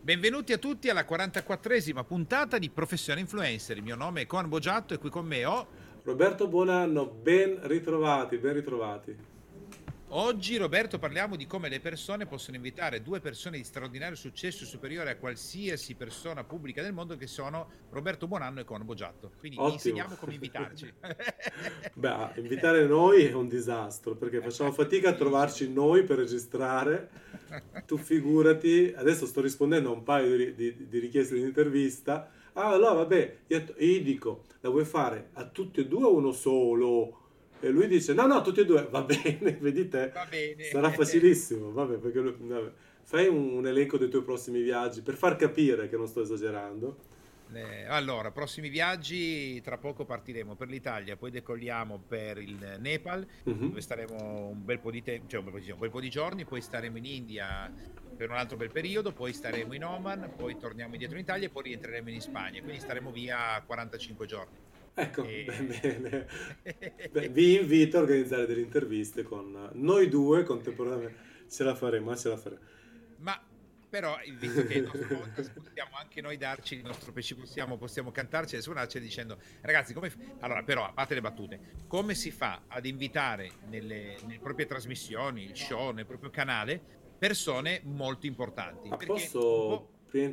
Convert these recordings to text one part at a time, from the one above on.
Benvenuti a tutti alla 44esima puntata di Professione Influencer. Il mio nome è Coan Bogiatto e qui con me ho... Roberto Buonanno, ben ritrovati, ben ritrovati. Oggi, Roberto, parliamo di come le persone possono invitare due persone di straordinario successo superiore a qualsiasi persona pubblica del mondo, che sono Roberto Buonanno e Coan Bogiatto. Quindi vi Ottimo. insegniamo come invitarci. Beh, invitare noi è un disastro perché facciamo fatica a trovarci noi per registrare. Tu figurati, adesso sto rispondendo a un paio di richieste di intervista. Ah, allora vabbè, io dico, la vuoi fare a tutti e due o uno solo? E lui dice, no, tutti e due, va bene, vedi te, Va bene. sarà facilissimo, vabbè, perché vabbè. Fai un elenco dei tuoi prossimi viaggi per far capire che non sto esagerando. Allora, prossimi viaggi, tra poco partiremo per l'Italia, poi decolliamo per il Nepal, Mhm. dove staremo un bel po' di tempo, cioè un bel po' di giorni, poi staremo in India per un altro bel periodo, poi staremo in Oman, poi torniamo indietro in Italia e poi rientreremo in Spagna, quindi staremo via 45 giorni. Ecco, E... bene. Beh, vi invito a organizzare delle interviste con noi due contemporaneamente. Ce la faremo, ce la faremo. Ma però, visto che è il nostro podcast, possiamo anche noi darci il nostro possiamo cantarci e suonarci dicendo, ragazzi, allora, però, a parte le battute, come si fa ad invitare nelle proprie trasmissioni, il show, nel proprio canale, persone molto importanti? Ma Perché un posso... po'...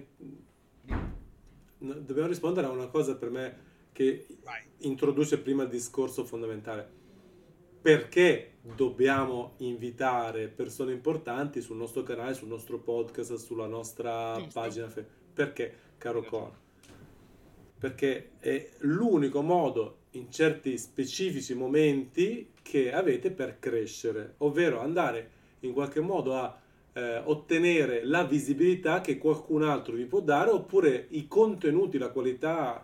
No, dobbiamo rispondere a una cosa per me che Vai. introduce prima il discorso fondamentale. Perché dobbiamo invitare persone importanti sul nostro canale, sul nostro podcast, sulla nostra Giusto? pagina? Perché, Hai caro Con? ragione. Perché è l'unico modo in certi specifici momenti che avete per crescere, ovvero andare in qualche modo a ottenere la visibilità che qualcun altro vi può dare, oppure i contenuti, la qualità,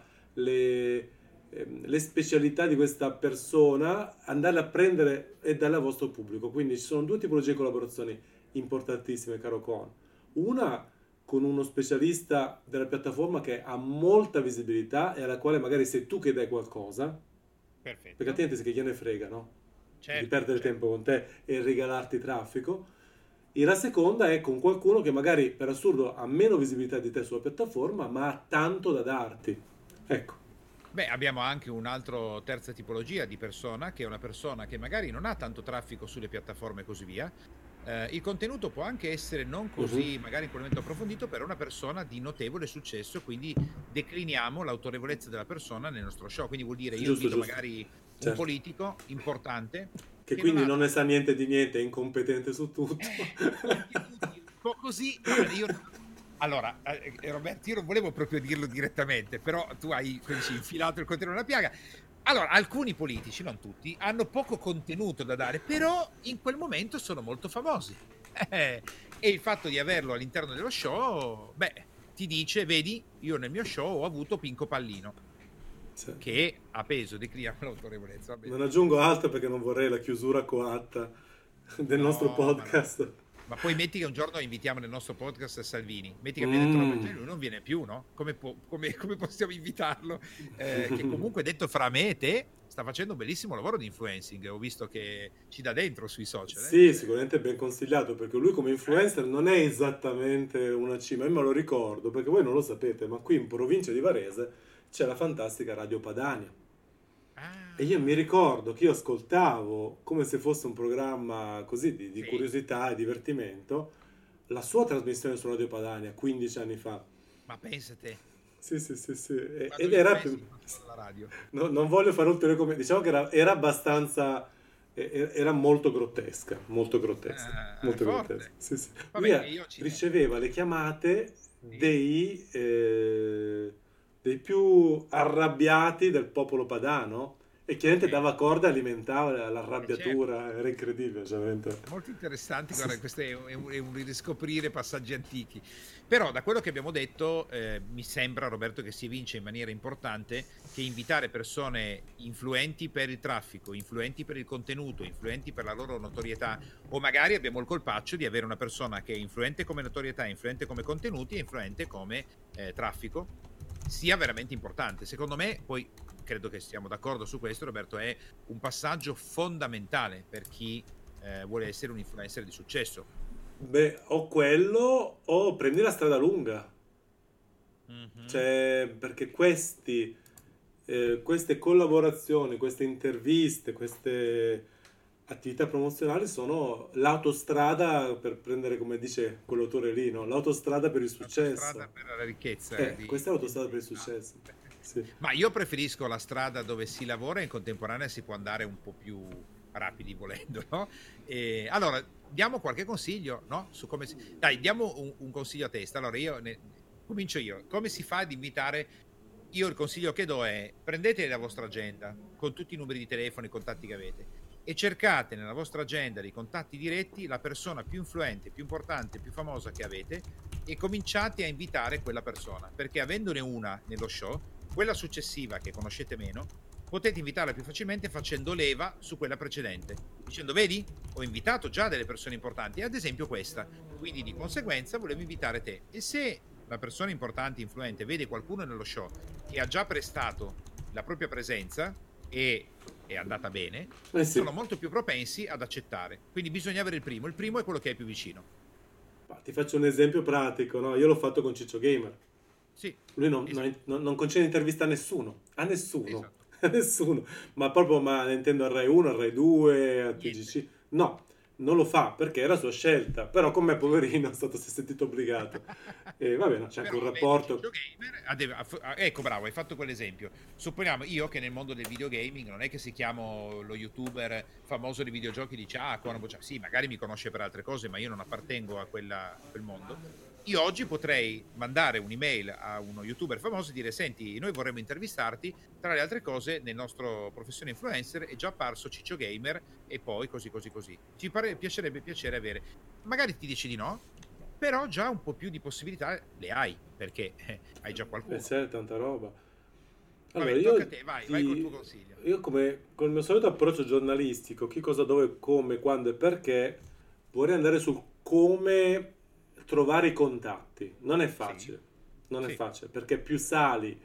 le specialità di questa persona, andarle a prendere e darle al vostro pubblico. Quindi ci sono due tipologie di collaborazioni importantissime, caro Con. Una con uno specialista della piattaforma che ha molta visibilità e alla quale magari sei tu che dai qualcosa, perché Perfetto. altrimenti che gliene frega, no? Di Certo, perdere certo. tempo con te e regalarti traffico. E la seconda è con qualcuno che magari per assurdo ha meno visibilità di te sulla piattaforma, ma ha tanto da darti. Ecco. Beh, abbiamo anche un'altra terza tipologia di persona, che è una persona che magari non ha tanto traffico sulle piattaforme e così via. Il contenuto può anche essere non Mhm. così, magari in quel momento approfondito, per una persona di notevole successo, quindi decliniamo l'autorevolezza della persona nel nostro show. Quindi vuol dire, io Giusto, invito giusto. magari un Certo. politico importante Che che non quindi ha non ne sa tanto... niente di niente, è incompetente su tutto. Contenuti un po' così. Guarda, io allora, Roberto, io non volevo proprio dirlo direttamente, però tu hai così, infilato il contenuto nella piaga. Allora, alcuni politici, non tutti, hanno poco contenuto da dare, però in quel momento sono molto famosi. E il fatto di averlo all'interno dello show, beh, ti dice, vedi, io nel mio show ho avuto Pinco Pallino, Cioè, che a peso declina l'autorevolezza. Va bene. non aggiungo altro perché non vorrei la chiusura coatta del nostro No, ma no. podcast. Ma poi metti che un giorno invitiamo nel nostro podcast Salvini, metti che abbia detto una roba del Mm. genere, lui non viene più, no? Come possiamo invitarlo? Che comunque, detto fra me e te, sta facendo un bellissimo lavoro di influencing, ho visto che ci dà dentro sui social, Sì, sicuramente è ben consigliato perché lui come Eh? influencer non è esattamente una cima, io me lo ricordo perché voi non lo sapete, ma qui in provincia di Varese c'è la fantastica Radio Padania. E io mi Ah, ricordo che io ascoltavo come se fosse un programma così di sì, curiosità e divertimento la sua trasmissione su Radio Padania 15 anni fa. ma pensa te, Sì, sì, sì, sì. quando Ed era l'influencer più... fa solo la radio. non voglio fare ulteriori commenti, diciamo che era abbastanza... era molto grottesca, molto grottesca, molto grottesca. Forte. Sì, sì. Vabbè, Lui e io ci... riceveva le chiamate Sì? dei più arrabbiati del popolo padano e chiaramente Sì, dava corda e alimentava certo. l'arrabbiatura, era incredibile, cioè veramente... Molto interessante, Sì, guarda, sì. questo è un riscoprire passaggi antichi. Però da quello che abbiamo detto, mi sembra, Roberto, che si evince in maniera importante che invitare persone influenti per il traffico, influenti per il contenuto, influenti per la loro notorietà, o magari abbiamo il colpaccio di avere una persona che è influente come notorietà, influente come contenuti e influente come traffico, sia veramente importante. Secondo me, poi credo che siamo d'accordo su questo, Roberto, è un passaggio fondamentale per chi vuole essere un influencer di successo. Beh, o quello o prendi la strada lunga. Mhm. Cioè, perché queste collaborazioni, queste interviste, queste attività promozionali sono l'autostrada per prendere, come dice quell'autore lì, no? L'autostrada per il L'autostrada successo. per la ricchezza Questa è l'autostrada per il ah. successo. Sì. Ma io preferisco la strada dove si lavora e in contemporanea si può andare un po' più rapidi volendo, no? Allora, diamo qualche consiglio, no? Su come Dai, diamo un consiglio a testa. Allora, comincio io. Come si fa ad invitare? Io il consiglio che do è: prendete la vostra agenda con tutti i numeri di telefono, i contatti che avete e cercate nella vostra agenda dei contatti diretti la persona più influente, più importante, più famosa che avete e cominciate a invitare quella persona, perché avendone una nello show, quella successiva che conoscete meno, potete invitarla più facilmente facendo leva su quella precedente, dicendo: vedi, ho invitato già delle persone importanti, ad esempio questa, quindi di conseguenza volevo invitare te. E se la persona importante, influente, vede qualcuno nello show che ha già prestato la propria presenza e è andata bene, Sì. sono molto più propensi ad accettare. Quindi bisogna avere il primo è quello che è più vicino. Ma ti faccio un esempio pratico, no? Io l'ho fatto con Ciccio Gamer. Sì, Lui esatto, non concede intervista a nessuno, esatto. a nessuno, ma intendo a Rai 1, a Rai 2, a Niente. TGC. No, non lo fa perché era sua scelta, però con me, poverino, si è sentito obbligato. E va bene, c'è anche Però un avendo rapporto. Ciccio Gamer, ecco, bravo, hai fatto quell'esempio. Supponiamo io che nel mondo del videogaming non è che si chiamo lo youtuber famoso di videogiochi e dice: ah, Conan Boccia. Sì, magari mi conosce per altre cose, ma io non appartengo a quel mondo. Io oggi potrei mandare un'email a uno youtuber famoso e dire: senti, noi vorremmo intervistarti, tra le altre cose nel nostro professione influencer è già apparso Ciccio Gamer e poi così così così. Piacerebbe piacere avere. Magari ti dici di no, però già un po' più di possibilità le hai, perché hai già qualcuno. C'è tanta roba. Allora, Vabbè, tocca a te, vai col tuo consiglio. io come col mio solito approccio giornalistico, chi, cosa, dove, come, quando e perché, vorrei andare sul come trovare i contatti. Non è Sì, facile, non è sì, facile, perché più sali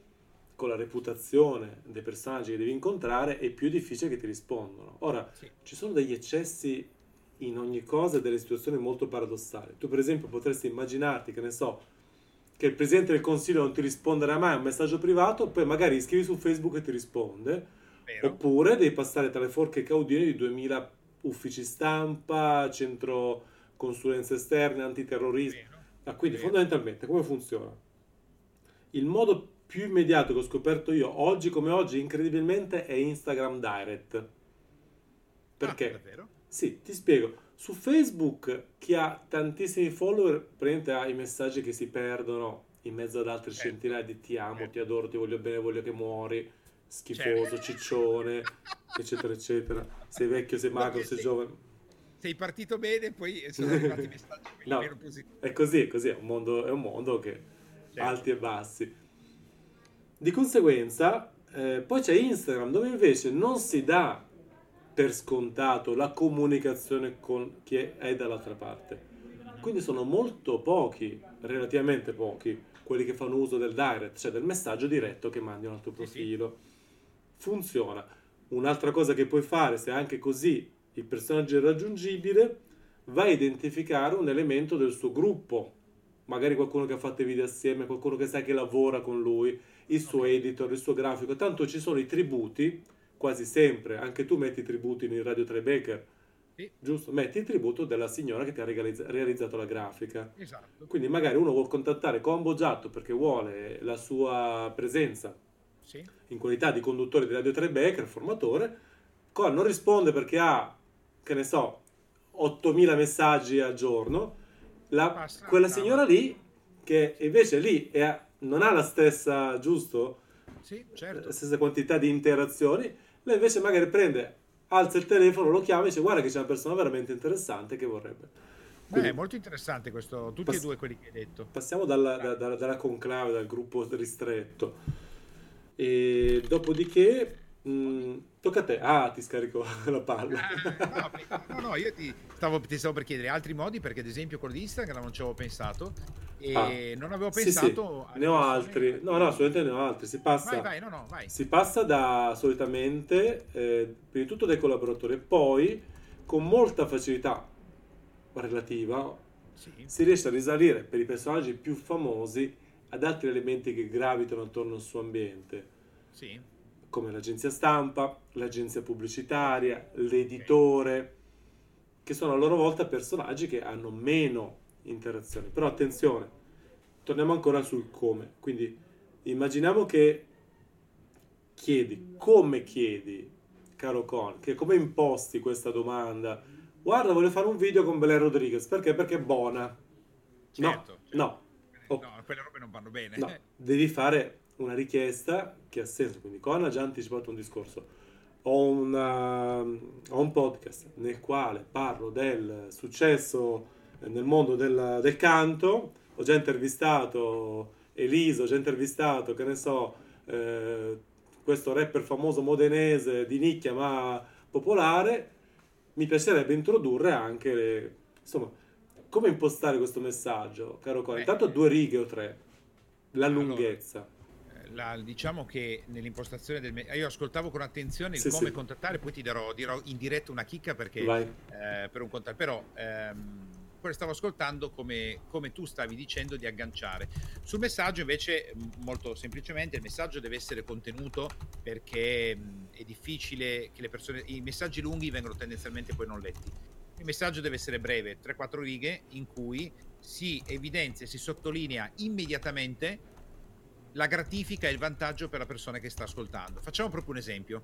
con la reputazione dei personaggi che devi incontrare è più difficile che ti rispondono. Ora, sì. ci sono degli eccessi in ogni cosa e delle situazioni molto paradossali. Tu, per esempio, potresti immaginarti, che ne so, che il presidente del consiglio non ti risponderà mai a un messaggio privato, poi magari scrivi su Facebook e ti risponde, Vero? oppure devi passare tra le forche caudine di 2000 uffici stampa, centro consulenze esterne, antiterrorismo. Vero? Quindi Vero? fondamentalmente come funziona? Il modo più immediato che ho scoperto io oggi come oggi incredibilmente è Instagram Direct. Ah, Perché? davvero? Sì, ti spiego. Su Facebook chi ha tantissimi follower praticamente ha i messaggi che si perdono in mezzo ad altre Certo, centinaia di ti amo, ti certo, adoro, ti voglio bene, voglio che muori, certo. schifoso, ciccione, eccetera, eccetera. Sei vecchio, sei magro, Come sei giovane. sei partito bene, poi sono arrivati messaggi quelli No, meno positivi. è così, è un mondo che Certo. alti e bassi. Di conseguenza, poi c'è Instagram dove invece non si dà per scontato la comunicazione con chi è dall'altra parte. Mhm. Quindi sono molto pochi, relativamente pochi, quelli che fanno uso del direct, cioè del messaggio diretto che mandano al tuo Sì, sì. profilo. Funziona. Un'altra cosa che puoi fare, se anche così il personaggio è raggiungibile, vai a identificare un elemento del suo gruppo, magari qualcuno che ha fatto i video assieme, qualcuno che sai che lavora con lui, il suo Ok. editor, il suo grafico, tanto ci sono i tributi, quasi sempre, anche tu metti i tributi in Radio Tribeca, Sì, giusto? Metti il tributo della signora che ti ha realizzato la grafica. esatto. Quindi magari uno vuole contattare Combo Giatto perché vuole la sua presenza Sì. in qualità di conduttore di Radio Tribeca, il formatore, non risponde perché ha, che ne so, 8000 messaggi al giorno, Passa quella a signora lì, che invece lì non ha la stessa, giusto? Sì, La certo. stessa quantità di interazioni, lei invece magari prende, alza il telefono, lo chiama e dice guarda che c'è una persona veramente interessante che vorrebbe. È Quindi molto interessante questo, tutti e pass- due quelli che hai detto. passiamo Vai. dalla conclave, dal gruppo ristretto. E dopodiché tocca a te. Ah, ti scarico la palla. No, no, io ti stavo per chiedere altri modi perché ad esempio con l'Instagram non ci avevo pensato Ah, e non avevo sì, sì, pensato ne alle ho persone a altri. No, no, cui... assolutamente ne ho altri. Vai, vai, no, no, vai. Si passa da solitamente, prima di tutto dai collaboratori, e poi con molta facilità relativa Sì, si riesce a risalire per i personaggi più famosi ad altri elementi che gravitano attorno al suo ambiente, Sì. come l'agenzia stampa, l'agenzia pubblicitaria, l'editore, che sono a loro volta personaggi che hanno meno interazioni. Però attenzione, torniamo ancora sul come. Quindi immaginiamo che chiedi, caro Con, che come imposti questa domanda? Guarda, voglio fare un video con Belen Rodriguez, perché? Perché è buona. No, Certo, certo. no, oh, No, quelle robe non vanno bene. no, devi fare una richiesta che ha senso. Quindi Con ha già anticipato un discorso. Ho un podcast nel quale parlo del successo nel mondo del canto. Ho già intervistato Elisa, ho già intervistato, che ne so, questo rapper famoso modenese di nicchia ma popolare. Mi piacerebbe introdurre anche insomma, come impostare questo messaggio, caro Coy? Beh, Intanto 2 righe o 3, la allora, lunghezza. diciamo che nell'impostazione io ascoltavo con attenzione il Sì, come sì, contattare, poi dirò in diretta una chicca perché vai. per un contatto, però poi stavo ascoltando come tu stavi dicendo di agganciare. Sul messaggio invece, molto semplicemente, il messaggio deve essere contenuto perché è difficile che le persone, i messaggi lunghi vengono tendenzialmente poi non letti. Il messaggio deve essere breve, 3-4 righe, in cui si evidenzia, si sottolinea immediatamente la gratifica e il vantaggio per la persona che sta ascoltando. Facciamo proprio un esempio.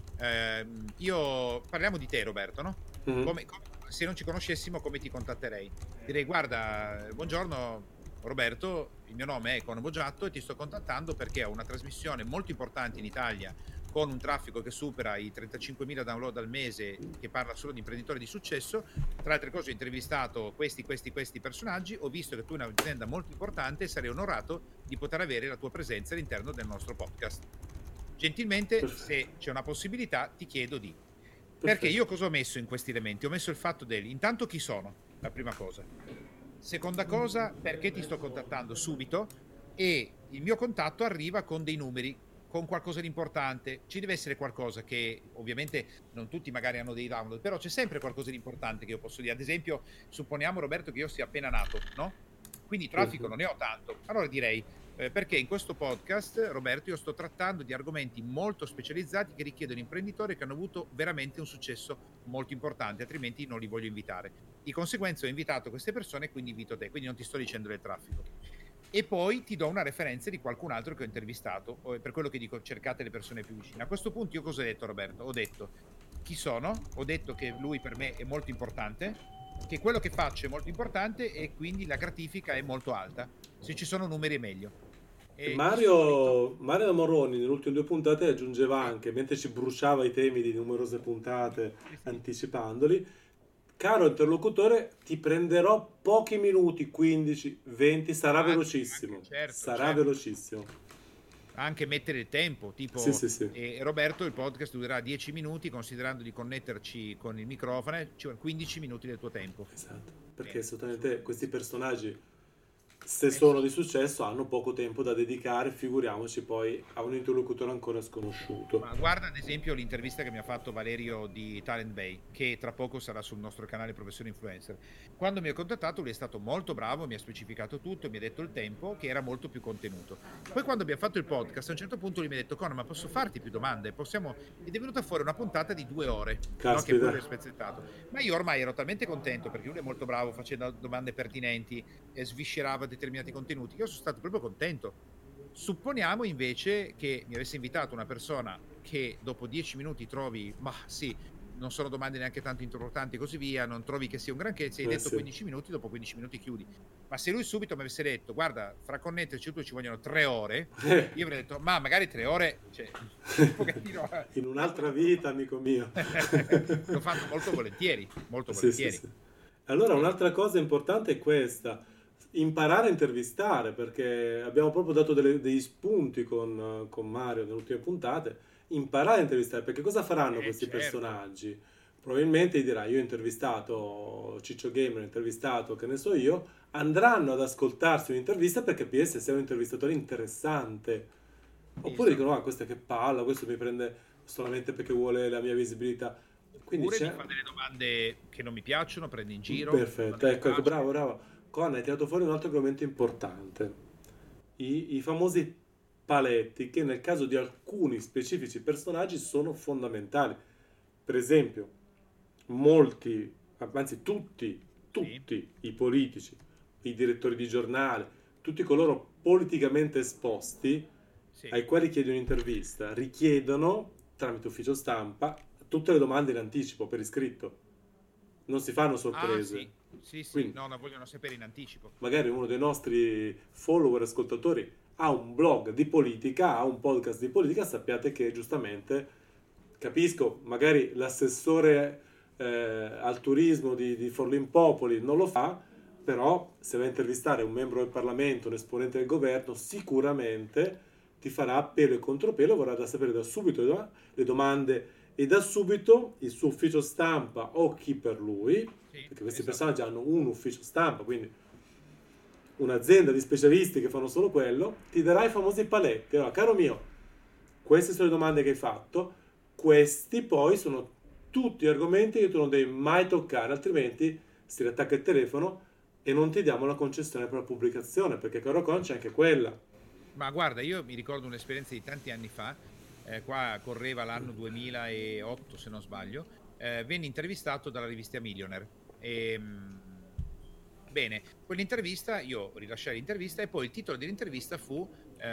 Parliamo di te, Roberto, no? Mhm. Se non ci conoscessimo, come ti contatterei? Direi: guarda, buongiorno Roberto, il mio nome è Cono Boggiatto e ti sto contattando perché ho una trasmissione molto importante in Italia con un traffico che supera i 35.000 download al mese, che parla solo di imprenditori di successo. Tra altre cose ho intervistato questi personaggi, ho visto che tu hai un'azienda molto importante e sarei onorato di poter avere la tua presenza all'interno del nostro podcast. Gentilmente, Perfetto, se c'è una possibilità, ti chiedo di... Perché perfetto. io cosa ho messo in questi elementi? Ho messo il fatto intanto chi sono, la prima cosa. Seconda cosa, perché ti sto contattando subito e il mio contatto arriva con dei numeri, con qualcosa di importante. Ci deve essere qualcosa che ovviamente non tutti magari hanno dei download, però c'è sempre qualcosa di importante che io posso dire. Ad esempio, supponiamo, Roberto, che io sia appena nato, no? Quindi traffico Mhm. non ne ho tanto. Allora direi, perché in questo podcast, Roberto, io sto trattando di argomenti molto specializzati che richiedono imprenditori che hanno avuto veramente un successo molto importante, altrimenti non li voglio invitare. Di conseguenza ho invitato queste persone e quindi invito te, quindi non ti sto dicendo del traffico. E poi ti do una referenza di qualcun altro che ho intervistato, per quello che dico, cercate le persone più vicine. A questo punto io cosa ho detto, Roberto? Ho detto chi sono, ho detto che lui per me è molto importante, che quello che faccio è molto importante e quindi la gratifica è molto alta. Se ci sono numeri è meglio. E E di solito... Mario Moroni nelle ultime 2 puntate aggiungeva Sì, anche, mentre ci bruciava i temi di numerose puntate sì, sì. anticipandoli, caro interlocutore, ti prenderò pochi minuti, 15, 20, Anche, certo, sarà certo. velocissimo. Anche mettere il tempo, Sì, tipo, sì, sì, Roberto, il podcast durerà 10 minuti, considerando di connetterci con il microfono, ci vuole 15 minuti del tuo tempo. esatto, perché assolutamente Assolutamente questi sì. personaggi, se sono Sì. di successo, hanno poco tempo da dedicare, figuriamoci poi a un interlocutore ancora Ma sconosciuto. guarda ad esempio l'intervista che mi ha fatto Valerio di Talent Bay, che tra poco sarà sul nostro canale Professione Influencer. Quando mi ha contattato lui è stato molto bravo, mi ha specificato tutto, mi ha detto il tempo, che era molto più contenuto. Poi quando abbiamo fatto il podcast, a un certo punto lui mi ha detto: Conor, ma posso farti più domande? Possiamo... Ed è venuta fuori una puntata di 2 ore, no? Che poi Caspita. lui ha spezzettato. Ma io ormai ero talmente contento perché lui è molto bravo facendo domande pertinenti e sviscerava determinati contenuti, che io sono stato proprio contento. Supponiamo invece che mi avesse invitato una persona che dopo 10 minuti trovi, ma sì, non sono domande neanche tanto importanti e così via, non trovi che sia un granché, se hai detto Sì. 15 minuti, dopo 15 minuti chiudi. Ma se lui subito mi avesse detto: guarda, fra connetterci tu ci vogliono 3 ore, io avrei detto: ma magari 3 ore, cioè, un pochettino... In un'altra vita, amico mio. L'ho fatto molto volentieri, molto Sì, sì, volentieri. sì. Allora, E, un'altra cosa importante è questa, imparare a intervistare, perché abbiamo proprio dato degli spunti con Mario nelle ultime puntate, imparare a intervistare, perché cosa faranno questi certo. personaggi? Probabilmente dirà, io ho intervistato Ciccio Gamer, ho intervistato, che ne so io, andranno ad ascoltarsi un'intervista per capire se sei un intervistatore interessante. Oppure dicono, ah, questa che palla, questo mi prende solamente perché vuole la mia visibilità. Quindi Oppure mi c'è... fa delle domande che non mi piacciono, prende in giro, Perfetto, domande ecco, facili. bravo, bravo. Con hai tirato fuori un altro argomento importante. i famosi paletti che nel caso di alcuni specifici personaggi sono fondamentali. Per esempio, molti, anzi tutti, Sì, tutti i politici, i direttori di giornale, tutti coloro politicamente esposti sì. ai quali chiedi un'intervista, richiedono tramite ufficio stampa tutte le domande in anticipo per iscritto. Non si fanno Ah, sorprese. sì, sì, sì, Quindi, no, la vogliono sapere in anticipo. magari uno dei nostri follower ascoltatori ha un blog di politica, ha un podcast di politica, sappiate che giustamente capisco, magari l'assessore al turismo di Forlì Popoli non lo fa, però se va a intervistare un membro del Parlamento, un esponente del governo, sicuramente ti farà pelo e contropelo, vorrà da sapere da subito le domande e da subito il suo ufficio stampa o chi per lui, Sì, perché questi esatto. personaggi hanno un ufficio stampa, quindi un'azienda di specialisti che fanno solo quello, ti darà i famosi paletti. Allora, caro mio, queste sono le domande che hai fatto, questi poi sono tutti argomenti che tu non devi mai toccare, altrimenti si riattacca il telefono e non ti diamo la concessione per la pubblicazione, perché caro con c'è anche quella. Ma guarda, io mi ricordo un'esperienza di tanti anni fa, qua correva l'anno 2008 se non sbaglio, venne intervistato dalla rivista Millionaire. E, bene, quell'intervista, io rilasciai l'intervista e poi il titolo dell'intervista fu,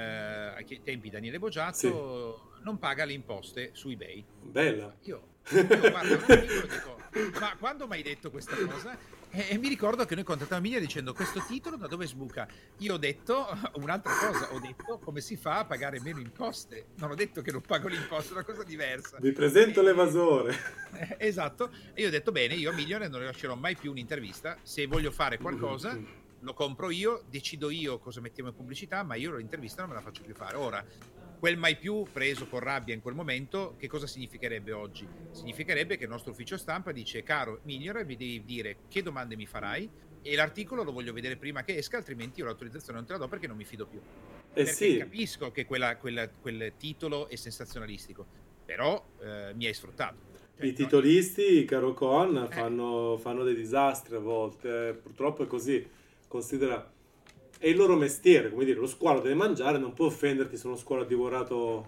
ai tempi Daniele Sì, Boggiato, non paga le imposte su eBay. bella. Ma io guardo l'articolo e dico, ma quando mi hai detto questa cosa? E mi ricordo che noi contattammo Emilia dicendo questo titolo da dove sbuca? Io ho detto un'altra cosa, ho detto come si fa a pagare meno imposte. Non ho detto che non pago l'imposto, è una cosa diversa. Vi presento E- l'evasore. esatto, e io ho detto bene, io a Milione non rilascerò mai più un'intervista, se voglio fare qualcosa lo compro io, decido io cosa mettiamo in pubblicità, ma io l'intervista non me la faccio più fare. Ora, quel mai più preso con rabbia in quel momento, che cosa significherebbe oggi? Significherebbe che il nostro ufficio stampa dice, caro Migliore, mi devi dire che domande mi farai e l'articolo lo voglio vedere prima che esca, altrimenti io l'autorizzazione non te la do perché non mi fido più. Eh Perché sì, capisco che quel titolo è sensazionalistico, però mi hai sfruttato. i Cioè, no, titolisti, caro Con, eh, fanno dei disastri a volte, purtroppo è così. Considera, è il loro mestiere, come dire, lo squalo deve mangiare, non può offenderti se uno squalo ha divorato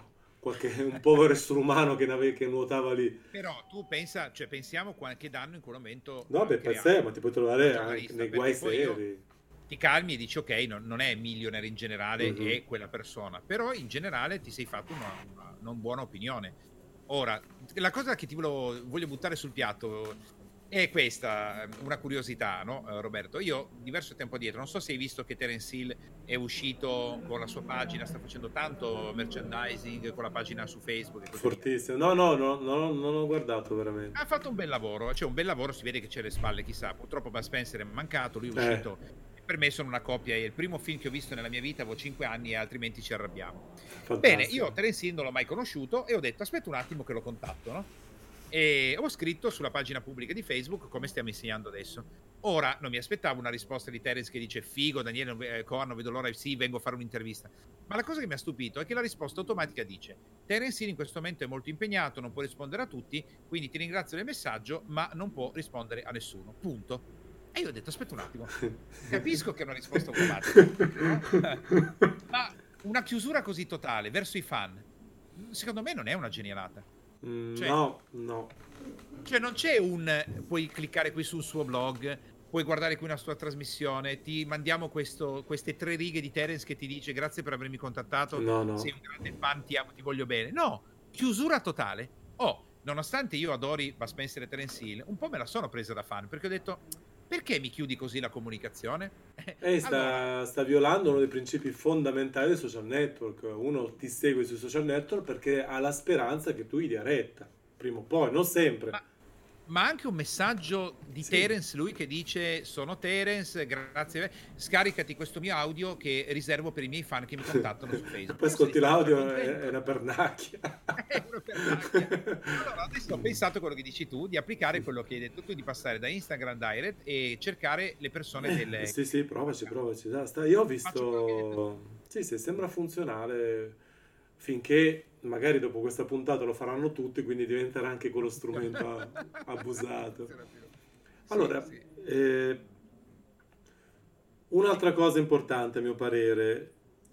un povero essere umano che nuotava lì. però tu pensa, cioè, pensiamo che danno in quel momento No, ha beh, per sé, creato ma ti puoi il trovare anche giornalista, nei guai perché poi io seri. ti calmi e dici ok, non è Millionaire in generale, Mhm. è quella persona, però in generale ti sei fatto una non buona opinione. Ora, la cosa che voglio buttare sul piatto è questa, una curiosità, no, Roberto? Io diverso tempo addietro, non so se hai visto che Terence Hill è uscito con la sua pagina, sta facendo tanto merchandising con la pagina su Facebook e così via. Fortissimo. No, no, no, no, non ho guardato veramente. Ha fatto un bel lavoro, cioè un bel lavoro, si vede che c'è le spalle, chissà. Purtroppo Bud Spencer è mancato, lui è Eh, uscito. E per me sono una coppia, è il primo film che ho visto nella mia vita, avevo 5 anni e altrimenti ci arrabbiamo. Bene, fantastico. io Terence Hill non l'ho mai conosciuto e ho detto aspetta un attimo che lo contatto, no? E ho scritto sulla pagina pubblica di Facebook come stiamo insegnando adesso. Ora non mi aspettavo una risposta di Terence che dice figo Daniele Cohen, non vedo l'ora, sì, vengo a fare un'intervista. Ma la cosa che mi ha stupito è che la risposta automatica dice Terence Hill in questo momento è molto impegnato, non può rispondere a tutti, quindi ti ringrazio del messaggio, ma non può rispondere a nessuno. Punto. E io ho detto aspetta un attimo, capisco che è una risposta automatica, no? Ma una chiusura così totale verso i fan, secondo me non è una genialata. Cioè, No, no. cioè non c'è puoi cliccare qui sul suo blog, puoi guardare qui una sua trasmissione, ti mandiamo queste 3 righe di Terence che ti dice grazie per avermi contattato, No, no. sei un grande fan, ti amo, ti voglio bene. No, chiusura totale. Oh, nonostante io adori Bud Spencer e Terence Hill, un po' me la sono presa da fan, perché ho detto perché mi chiudi così la comunicazione? Allora, Sta violando uno dei principi fondamentali dei social network. Uno ti segue sui social network perché ha la speranza che tu gli dia retta, prima o poi, non sempre. ma ma anche un messaggio di Sì. Terence, lui che dice sono Terence, grazie, scaricati questo mio audio che riservo per i miei fan che mi contattano su Facebook. Poi Uno se ne ascolti sta già l'audio, è contento. una pernacchia. È una pernacchia. Allora adesso ho pensato quello che dici tu, di applicare quello che hai detto tu, di passare da Instagram Direct e cercare le persone Sì, sì, provaci, mercato. provaci. Io ho Faccio quello che hai detto tu. visto... Sì, sì, sembra funzionale finché magari dopo questa puntata lo faranno tutti, quindi diventerà anche quello strumento Non abusato. funziona più. Sì, Allora, sì. un'altra cosa importante a mio parere,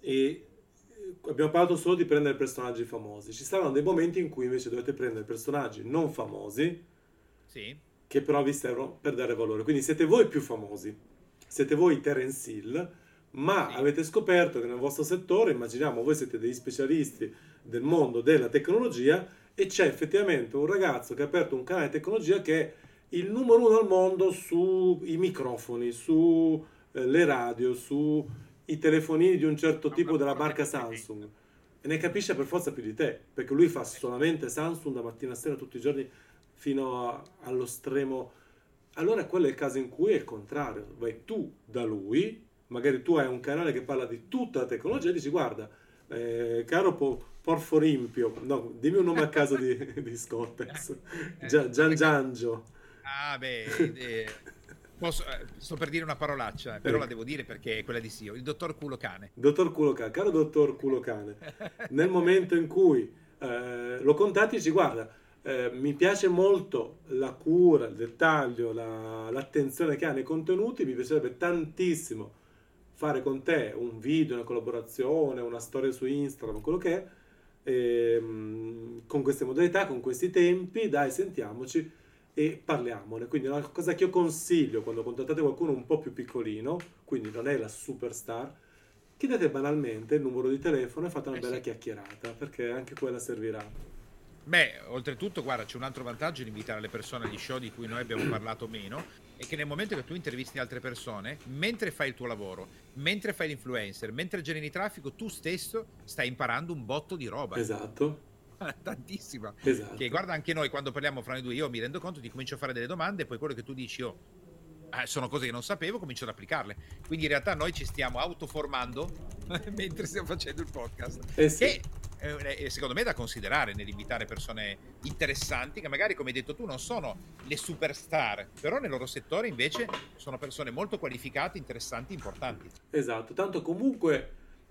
e abbiamo parlato solo di prendere personaggi famosi. Ci saranno dei momenti in cui invece dovete prendere personaggi non famosi, Sì. che però vi servono per dare valore. Quindi siete voi più famosi, siete voi Terence Hill, ma Sì. avete scoperto che nel vostro settore, immaginiamo, voi siete degli specialisti del mondo della tecnologia e c'è effettivamente un ragazzo che ha aperto un canale di tecnologia che è il numero uno al mondo sui microfoni, su le radio, su i telefonini di un certo Ha un tipo della lavoro che marca complimenti. Samsung e ne capisce per forza più di te, perché lui fa solamente Samsung da mattina a sera tutti i giorni fino allo stremo. Allora quello è il caso in cui è il contrario, vai tu da lui, magari tu hai un canale che parla di tutta la tecnologia e dici guarda, caro Porforimpio, no, dimmi un nome a caso di Scottex, Gian Nome Giangio. Ah, beh, sto per dire una parolaccia, però la Ecco. devo dire perché è quella di Sio. Il dottor Culo Cane. Dottor Culocane, caro dottor Culocane, nel momento in cui lo contatti dici guarda, mi piace molto la cura, il dettaglio, l'attenzione che ha nei contenuti, mi piacerebbe tantissimo fare con te un video, una collaborazione, una storia su Instagram, quello che è, con queste modalità, con questi tempi, dai, sentiamoci e parliamone. Quindi è una cosa che io consiglio quando contattate qualcuno un po' più piccolino, quindi non è la superstar, chiedete banalmente il numero di telefono e fate una bella Sì. chiacchierata, perché anche quella servirà. Beh, oltretutto, guarda, c'è un altro vantaggio di invitare le persone agli show di cui noi abbiamo parlato meno, è che nel momento che tu intervisti altre persone, mentre fai il tuo lavoro, mentre fai l'influencer, mentre generi traffico, tu stesso stai imparando un botto di roba. Esatto, Tantissima. Che esatto. guarda, anche noi quando parliamo fra noi due, io mi rendo conto, ti comincio a fare delle domande e poi quello che tu dici, io sono cose che non sapevo, comincio ad applicarle. Quindi in realtà noi ci stiamo autoformando mentre stiamo facendo il podcast. Eh sì, Che secondo me è da considerare nell'invitare persone interessanti che magari, come hai detto tu, non sono le superstar, però nel loro settore invece sono persone molto qualificate, interessanti, importanti. esatto. Tanto comunque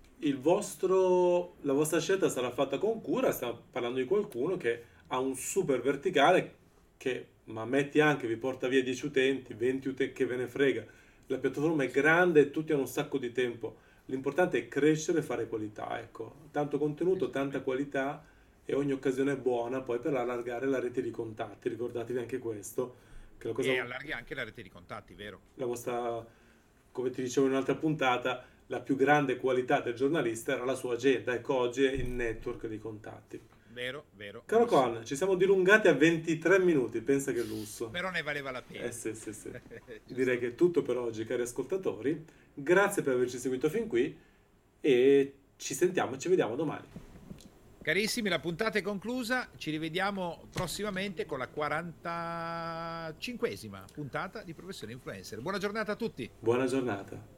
la vostra scelta sarà fatta con cura, stiamo parlando di qualcuno che ha un super verticale che, ma metti anche, vi porta via 10 utenti, 20 utenti, che ve ne frega. La piattaforma è grande e tutti hanno un sacco di tempo. L'importante è crescere e fare qualità, ecco. Tanto contenuto, tanta Esattamente. qualità e ogni occasione è buona poi per allargare la rete di contatti. Ricordatevi anche questo, che la cosa E allarghi anche la rete di contatti, vero? la vostra, come ti dicevo in un'altra puntata, la più grande qualità del giornalista era la sua agenda, ecco oggi è il network di contatti. Vero, vero, Caro verissimo. Con, ci siamo dilungati a 23 minuti, pensa che lusso. Però ne valeva la pena. Sì, sì, sì. Direi Giusto. che è tutto per oggi, cari ascoltatori. Grazie per averci seguito fin qui e ci sentiamo, ci vediamo domani. Carissimi, la puntata è conclusa, ci rivediamo prossimamente con la 45esima puntata di Professione Influencer. Buona giornata a tutti! Buona giornata.